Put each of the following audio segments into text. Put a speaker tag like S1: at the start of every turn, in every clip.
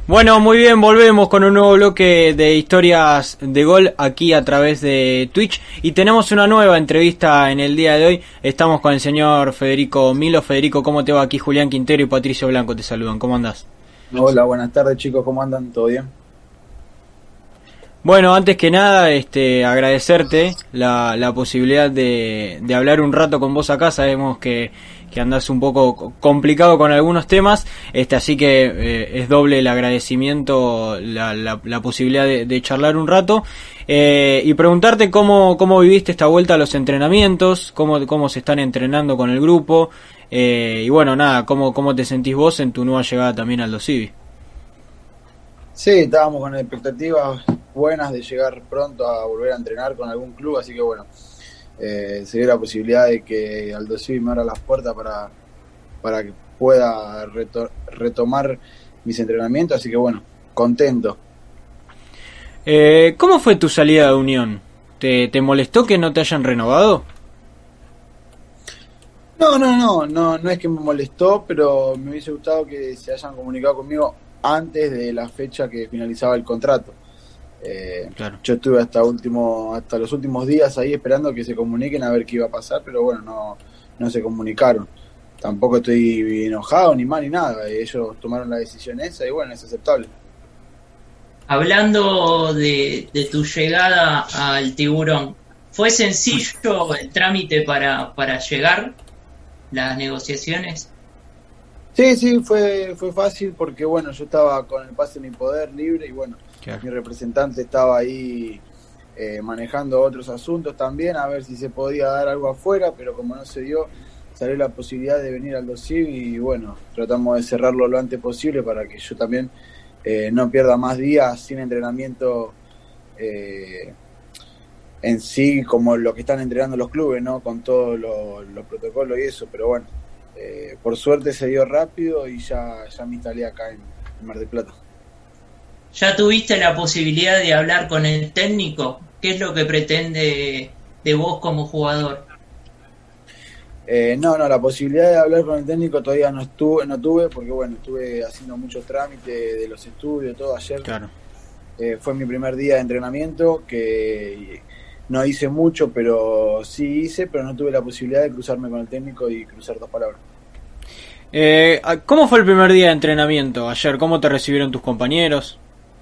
S1: Bueno, muy bien, volvemos con un nuevo bloque de historias de gol aquí a través de Twitch y tenemos una nueva entrevista en el día de hoy. Estamos con el señor Federico Milo. Federico, ¿cómo te va? Aquí Julián Quintero y Patricio Blanco te saludan. ¿Cómo andás?
S2: Hola, buenas tardes chicos, ¿cómo andan? ¿Todo bien?
S1: Bueno, antes que nada, agradecerte la posibilidad de hablar un rato con vos acá. Sabemos que andás un poco complicado con algunos temas, así que es doble el agradecimiento, la posibilidad de charlar un rato, y preguntarte cómo viviste esta vuelta a los entrenamientos, cómo se están entrenando con el grupo, y bueno, nada, cómo te sentís vos en tu nueva llegada también al Dosivi.
S2: Sí, estábamos con expectativas buenas de llegar pronto a volver a entrenar con algún club, así que bueno, se dio la posibilidad de que Aldo Civi me abra las puertas para que pueda retomar mis entrenamientos, así que bueno, contento.
S1: ¿Cómo fue tu salida de Unión? ¿Te molestó que no te hayan renovado?
S2: No es que me molestó, pero me hubiese gustado que se hayan comunicado conmigo antes de la fecha que finalizaba el contrato.
S1: Claro.
S2: Yo estuve hasta los últimos días ahí esperando que se comuniquen a ver qué iba a pasar, pero bueno, no se comunicaron. Tampoco estoy enojado ni mal ni nada. Ellos tomaron la decisión esa y bueno, es aceptable.
S3: Hablando de tu llegada al Tiburón, ¿fue sencillo el trámite para llegar, las negociaciones?
S2: Sí, fue fácil porque bueno, yo estaba con el pase en mi poder libre y bueno,
S1: Claro.
S2: mi representante estaba ahí manejando otros asuntos también, a ver si se podía dar algo afuera, pero como no se dio, salió la posibilidad de venir al Dosiv y bueno, tratamos de cerrarlo lo antes posible para que yo también no pierda más días sin entrenamiento en sí, como lo que están entrenando los clubes, ¿no? Con todos los protocolos y eso, pero bueno, por suerte se dio rápido y ya me instalé acá en Mar del Plata.
S3: ¿Ya tuviste la posibilidad de hablar con el técnico? ¿Qué es lo que pretende de vos como jugador?
S2: No, la posibilidad de hablar con el técnico todavía no tuve porque bueno, estuve haciendo muchos trámites de los estudios, todo ayer.
S1: Claro.
S2: Fue mi primer día de entrenamiento, que no hice mucho, pero sí hice, pero no tuve la posibilidad de cruzarme con el técnico y cruzar dos palabras.
S1: ¿Cómo fue el primer día de entrenamiento ayer? ¿Cómo te recibieron tus compañeros?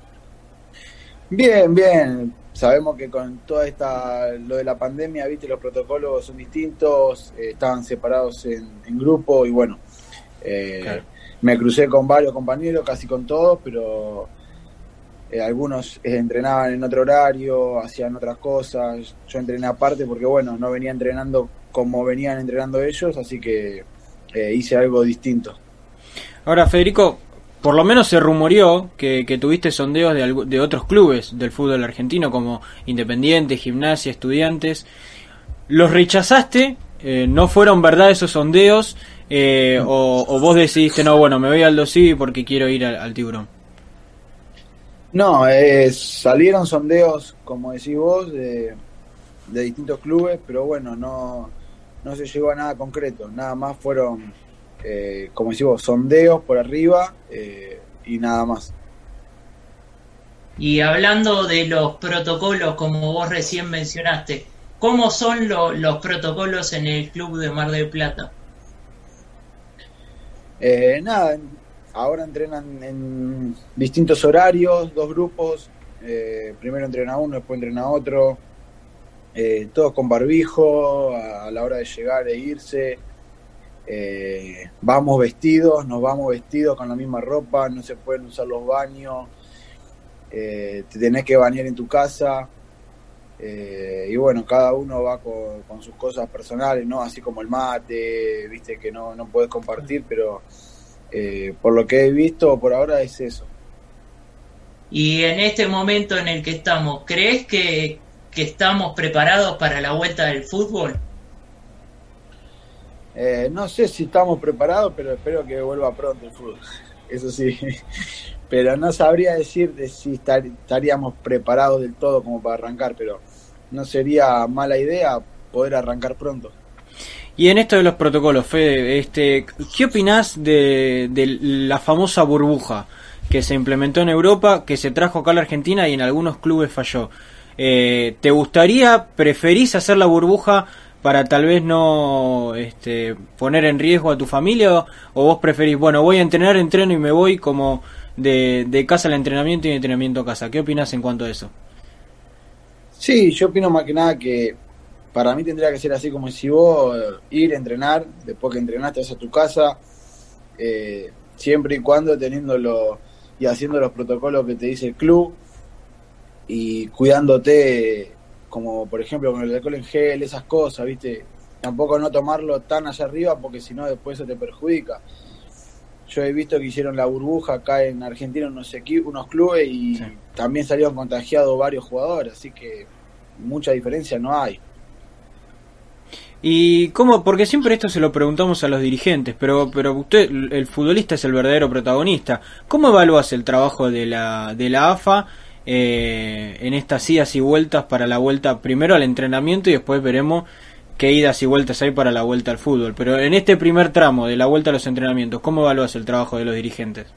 S2: Bien. Sabemos que con toda lo de la pandemia, viste, los protocolos son distintos, estaban separados en grupo y bueno,
S1: Claro.
S2: me crucé con varios compañeros, casi con todos, pero algunos entrenaban en otro horario, hacían otras cosas. Yo entrené aparte porque bueno, no venía entrenando como venían entrenando ellos, así que hice algo distinto.
S1: Ahora, Federico, por lo menos se rumoreó que tuviste sondeos de otros clubes del fútbol argentino como Independiente, Gimnasia, Estudiantes. ¿Los rechazaste? ¿No fueron verdad esos sondeos? ¿O vos decidiste, no, bueno, me voy al Dosivi porque quiero ir al Tiburón?
S2: No, salieron sondeos, como decís vos, de distintos clubes, pero bueno, no se llegó a nada concreto, nada más fueron, como decís vos, sondeos por arriba y nada más.
S3: Y hablando de los protocolos, como vos recién mencionaste, ¿cómo son los protocolos en el club de Mar del Plata?
S2: Nada, ahora entrenan en distintos horarios, dos grupos, primero entrena uno, después entrena otro, todos con barbijo a la hora de llegar e irse. Nos vamos vestidos con la misma ropa, no se pueden usar los baños, te tenés que bañar en tu casa, y bueno, cada uno va con sus cosas personales, ¿no? Así como el mate, viste que no podés compartir, pero por lo que he visto por ahora es eso.
S3: Y en este momento en el que estamos, ¿crees que estamos preparados para la vuelta del fútbol?
S2: No sé si estamos preparados, pero espero que vuelva pronto el fútbol, eso sí. Pero no sabría decir de si estaríamos preparados del todo como para arrancar, pero no sería mala idea poder arrancar pronto.
S1: Y en esto de los protocolos, Fede, ¿qué opinás de la famosa burbuja? que se implementó en Europa, que se trajo acá a la Argentina y en algunos clubes falló. ¿Te gustaría, preferís hacer la burbuja para tal vez no poner en riesgo a tu familia, o vos preferís, bueno, voy a entrenar, entreno y me voy como de casa al entrenamiento y de entrenamiento a casa? ¿Qué opinas en cuanto a eso?
S2: Sí, yo opino más que nada que para mí tendría que ser así como si vos ir a entrenar, después que entrenaste vas a tu casa, siempre y cuando teniéndolo y haciendo los protocolos que te dice el club y cuidándote, como por ejemplo con el alcohol en gel, esas cosas, ¿viste? Tampoco no tomarlo tan allá arriba porque si no después eso te perjudica. Yo he visto que hicieron la burbuja acá en Argentina unos clubes y sí, también salieron contagiados varios jugadores, así que mucha diferencia no hay.
S1: ¿Y cómo? Porque siempre esto se lo preguntamos a los dirigentes, pero usted, el futbolista, es el verdadero protagonista. ¿Cómo evalúas el trabajo de la AFA en estas idas y vueltas para la vuelta primero al entrenamiento y después veremos qué idas y vueltas hay para la vuelta al fútbol? Pero en este primer tramo de la vuelta a los entrenamientos, ¿cómo evalúas el trabajo de los dirigentes?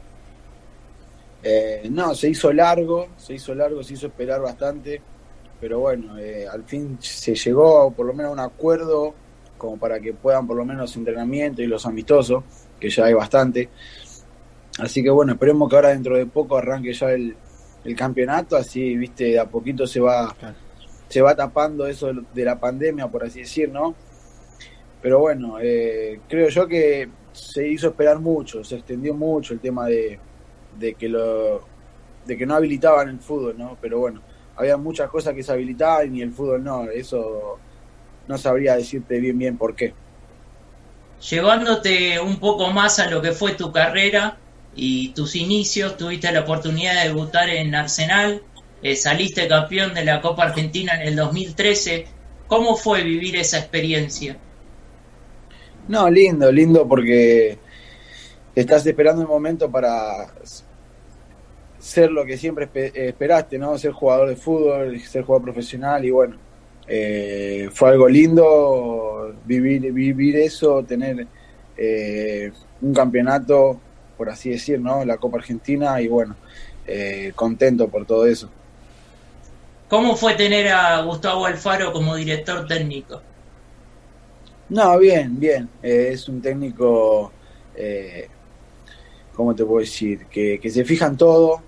S2: No, se hizo largo, se hizo esperar bastante, pero bueno, al fin se llegó por lo menos a un acuerdo como para que puedan por lo menos los entrenamientos y los amistosos, que ya hay bastante. Así que bueno, esperemos que ahora dentro de poco arranque ya el campeonato, así, viste, de a poquito se va tapando eso de la pandemia, por así decir, ¿no? Pero bueno, creo yo que se hizo esperar mucho, se extendió mucho el tema de que no habilitaban el fútbol, ¿no? Pero bueno, había muchas cosas que se habilitaban y el fútbol no, eso no sabría decirte bien por qué.
S3: Llevándote un poco más a lo que fue tu carrera y tus inicios, tuviste la oportunidad de debutar en Arsenal, saliste campeón de la Copa Argentina en el 2013. ¿Cómo fue vivir esa experiencia?
S2: No, lindo porque estás esperando el momento para ser lo que siempre esperaste, ¿no? Ser jugador de fútbol, ser jugador profesional y bueno, fue algo lindo vivir eso, tener un campeonato, por así decir, ¿no? La Copa Argentina y bueno, contento por todo eso.
S3: ¿Cómo fue tener a Gustavo Alfaro como director técnico?
S2: No, bien. Es un técnico, ¿cómo te puedo decir? Que se fija en todo,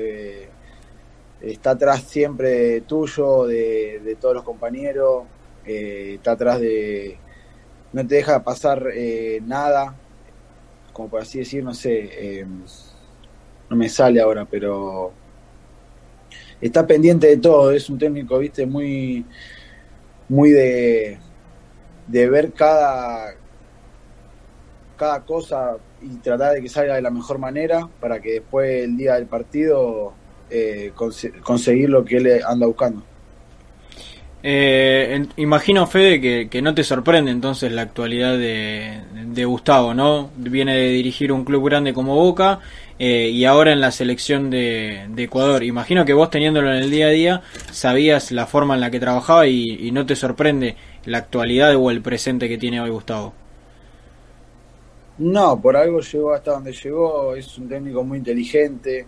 S2: está atrás siempre tuyo, de todos los compañeros, está atrás no te deja pasar nada, como por así decir, no sé, no me sale ahora, pero está pendiente de todo, es un técnico, viste, muy de ver cada cosa y tratar de que salga de la mejor manera para que después el día del partido conseguir lo que él anda buscando.
S1: Imagino, Fede, que no te sorprende entonces la actualidad de Gustavo, ¿no? Viene de dirigir un club grande como Boca y ahora en la selección de Ecuador. Imagino que vos, teniéndolo en el día a día, sabías la forma en la que trabajaba y no te sorprende la actualidad o el presente que tiene hoy Gustavo.
S2: No, por algo llegó hasta donde llegó, es un técnico muy inteligente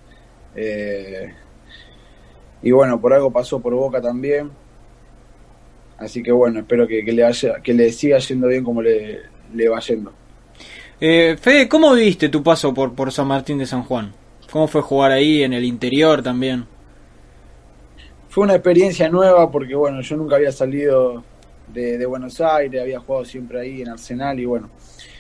S2: y bueno, por algo pasó por Boca también. Así que bueno, espero que le siga yendo bien como le va yendo.
S1: Fede, ¿cómo viviste tu paso por San Martín de San Juan? ¿Cómo fue jugar ahí en el interior también?
S2: Fue una experiencia nueva porque bueno, yo nunca había salido de Buenos Aires, había jugado siempre ahí en Arsenal y bueno,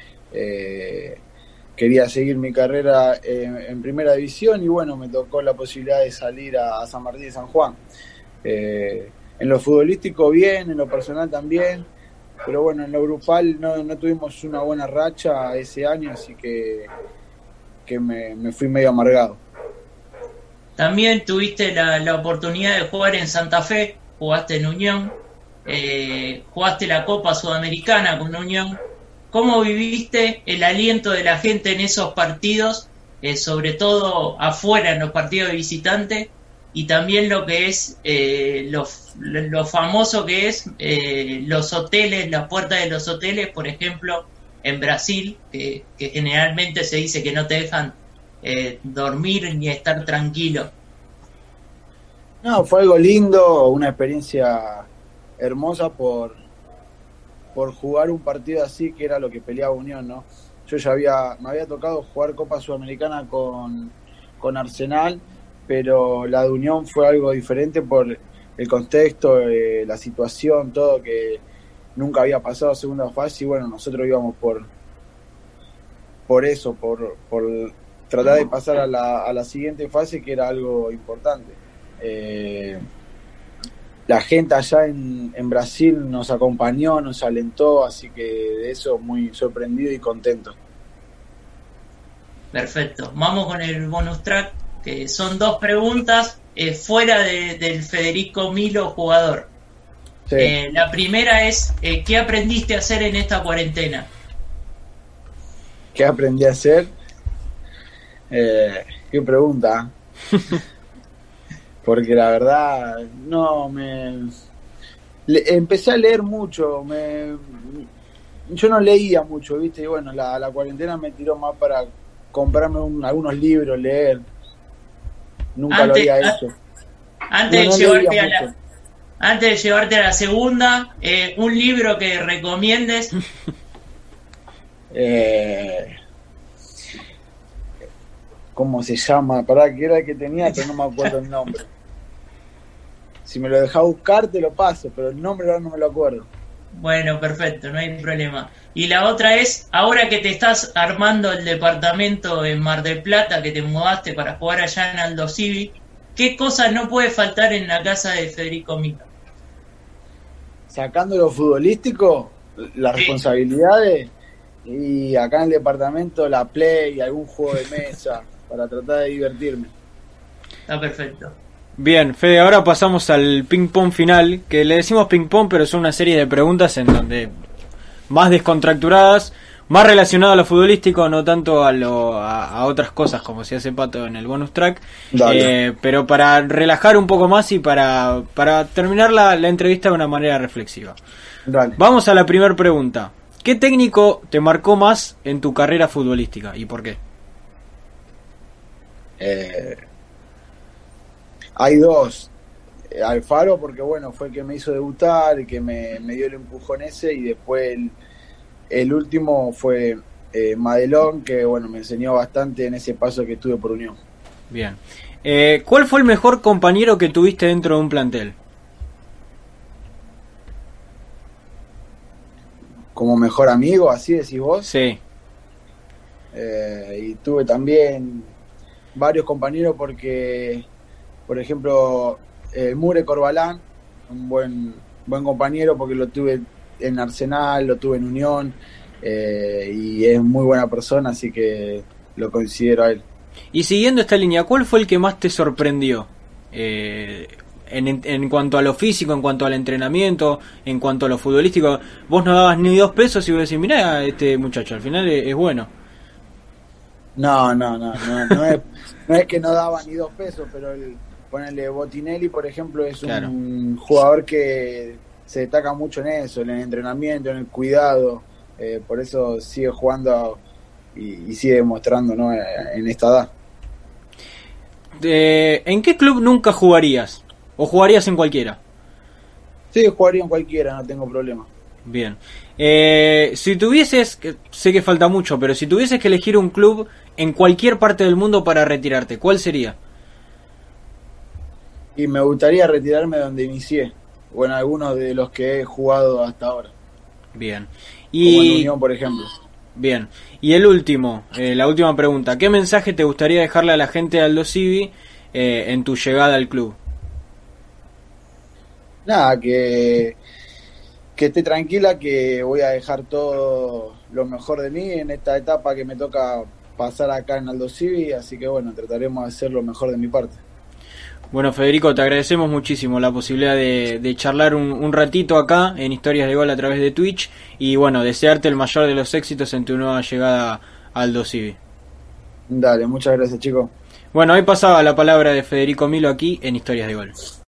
S2: quería seguir mi carrera en primera división y bueno, me tocó la posibilidad de salir a San Martín de San Juan. En lo futbolístico bien, en lo personal también, pero bueno, en lo grupal no tuvimos una buena racha ese año, así que me fui medio amargado.
S3: También tuviste la oportunidad de jugar en Santa Fe, jugaste en Unión, jugaste la Copa Sudamericana con Unión. ¿Cómo viviste el aliento de la gente en esos partidos, sobre todo afuera en los partidos de visitante? Y también lo que es lo famoso que es los hoteles, las puertas de los hoteles, por ejemplo, en Brasil, que generalmente se dice que no te dejan dormir ni estar tranquilo.
S2: No, fue algo lindo, una experiencia hermosa por jugar un partido así, que era lo que peleaba Unión, ¿no? Yo ya me había tocado jugar Copa Sudamericana con Arsenal, pero la de Unión fue algo diferente por el contexto, la situación, todo, que nunca había pasado a segunda fase, y bueno, nosotros íbamos por eso, por tratar de pasar a la siguiente fase, que era algo importante. La gente allá en Brasil nos acompañó, nos alentó, así que de eso muy sorprendido y contento.
S3: Perfecto, vamos con el bonus track, que son 2 preguntas fuera del Federico Milo jugador.
S2: Sí.
S3: La primera es, ¿qué aprendiste a hacer en esta cuarentena?
S2: ¿Qué aprendí a hacer? Qué pregunta. Porque la verdad, empecé a leer mucho. Yo no leía mucho, ¿viste? Y bueno, la cuarentena me tiró más para comprarme algunos libros, leer. Nunca lo había hecho.
S3: Antes de llevarte a la segunda, un libro que recomiendes.
S2: ¿Cómo se llama? Pará, que era el que tenía, pero no me acuerdo el nombre. Si me lo dejás buscar, te lo paso, pero el nombre ahora no me lo acuerdo.
S3: Bueno, perfecto, no hay problema. Y la otra es, ahora que te estás armando el departamento en Mar del Plata, que te mudaste para jugar allá en Aldo Civi, ¿qué cosa no puede faltar en la casa de Federico Milo?
S2: Sacando lo futbolístico, las responsabilidades, y acá en el departamento la Play y algún juego de mesa para tratar de divertirme.
S3: Está perfecto.
S1: Bien, Fede, ahora pasamos al ping-pong final, que le decimos ping-pong, pero son una serie de preguntas en donde más descontracturadas, más relacionado a lo futbolístico, no tanto a otras cosas, como se hace Pato en el bonus track, pero para relajar un poco más y para terminar la entrevista de una manera reflexiva.
S2: Dale.
S1: Vamos a la primera pregunta. ¿Qué técnico te marcó más en tu carrera futbolística y por qué?
S2: Hay 2. Alfaro, porque bueno, fue el que me hizo debutar, el que me dio el empujón ese, y después el último fue Madelón, que bueno, me enseñó bastante en ese paso que tuve por Unión.
S1: Bien. ¿Cuál fue el mejor compañero que tuviste dentro de un plantel?
S2: Como mejor amigo, así decís vos.
S1: Sí.
S2: Y tuve también varios compañeros porque, por ejemplo, Mure Corbalán, un buen compañero porque lo tuve en Arsenal, lo tuve en Unión, y es muy buena persona, así que lo considero a él.
S1: Y siguiendo esta línea, ¿cuál fue el que más te sorprendió? En cuanto a lo físico, en cuanto al entrenamiento, en cuanto a lo futbolístico. Vos no dabas ni 2 pesos y vos decís, mirá, este muchacho al final es bueno.
S2: No es que no daba ni 2 pesos, pero ponerle Botinelli, por ejemplo, es un jugador que se destaca mucho en eso, en el entrenamiento, en el cuidado, por eso sigue jugando y sigue demostrando, ¿no?, en esta edad.
S1: ¿En qué club nunca jugarías? ¿O jugarías en cualquiera?
S2: Sí, jugaría en cualquiera, no tengo problema.
S1: Bien. Si tuvieses, sé que falta mucho, pero si tuvieses que elegir un club en cualquier parte del mundo para retirarte, ¿cuál sería?
S2: Y me gustaría retirarme donde inicié, o en algunos de los que he jugado hasta ahora.
S1: Bien.
S2: Como en Unión, por ejemplo.
S1: Bien. Y el último, la última pregunta. ¿Qué mensaje te gustaría dejarle a la gente de Aldo Civi en tu llegada al club?
S2: Nada, que esté tranquila, que voy a dejar todo lo mejor de mí en esta etapa que me toca pasar acá en Aldo Civi, así que bueno, trataremos de hacer lo mejor de mi parte.
S1: Bueno, Federico, te agradecemos muchísimo la posibilidad de charlar un ratito acá en Historias de Gol a través de Twitch, y bueno, desearte el mayor de los éxitos en tu nueva llegada a Aldo Civi.
S2: Dale, muchas gracias, chicos.
S1: Bueno, ahí pasaba la palabra de Federico Milo aquí en Historias de Gol.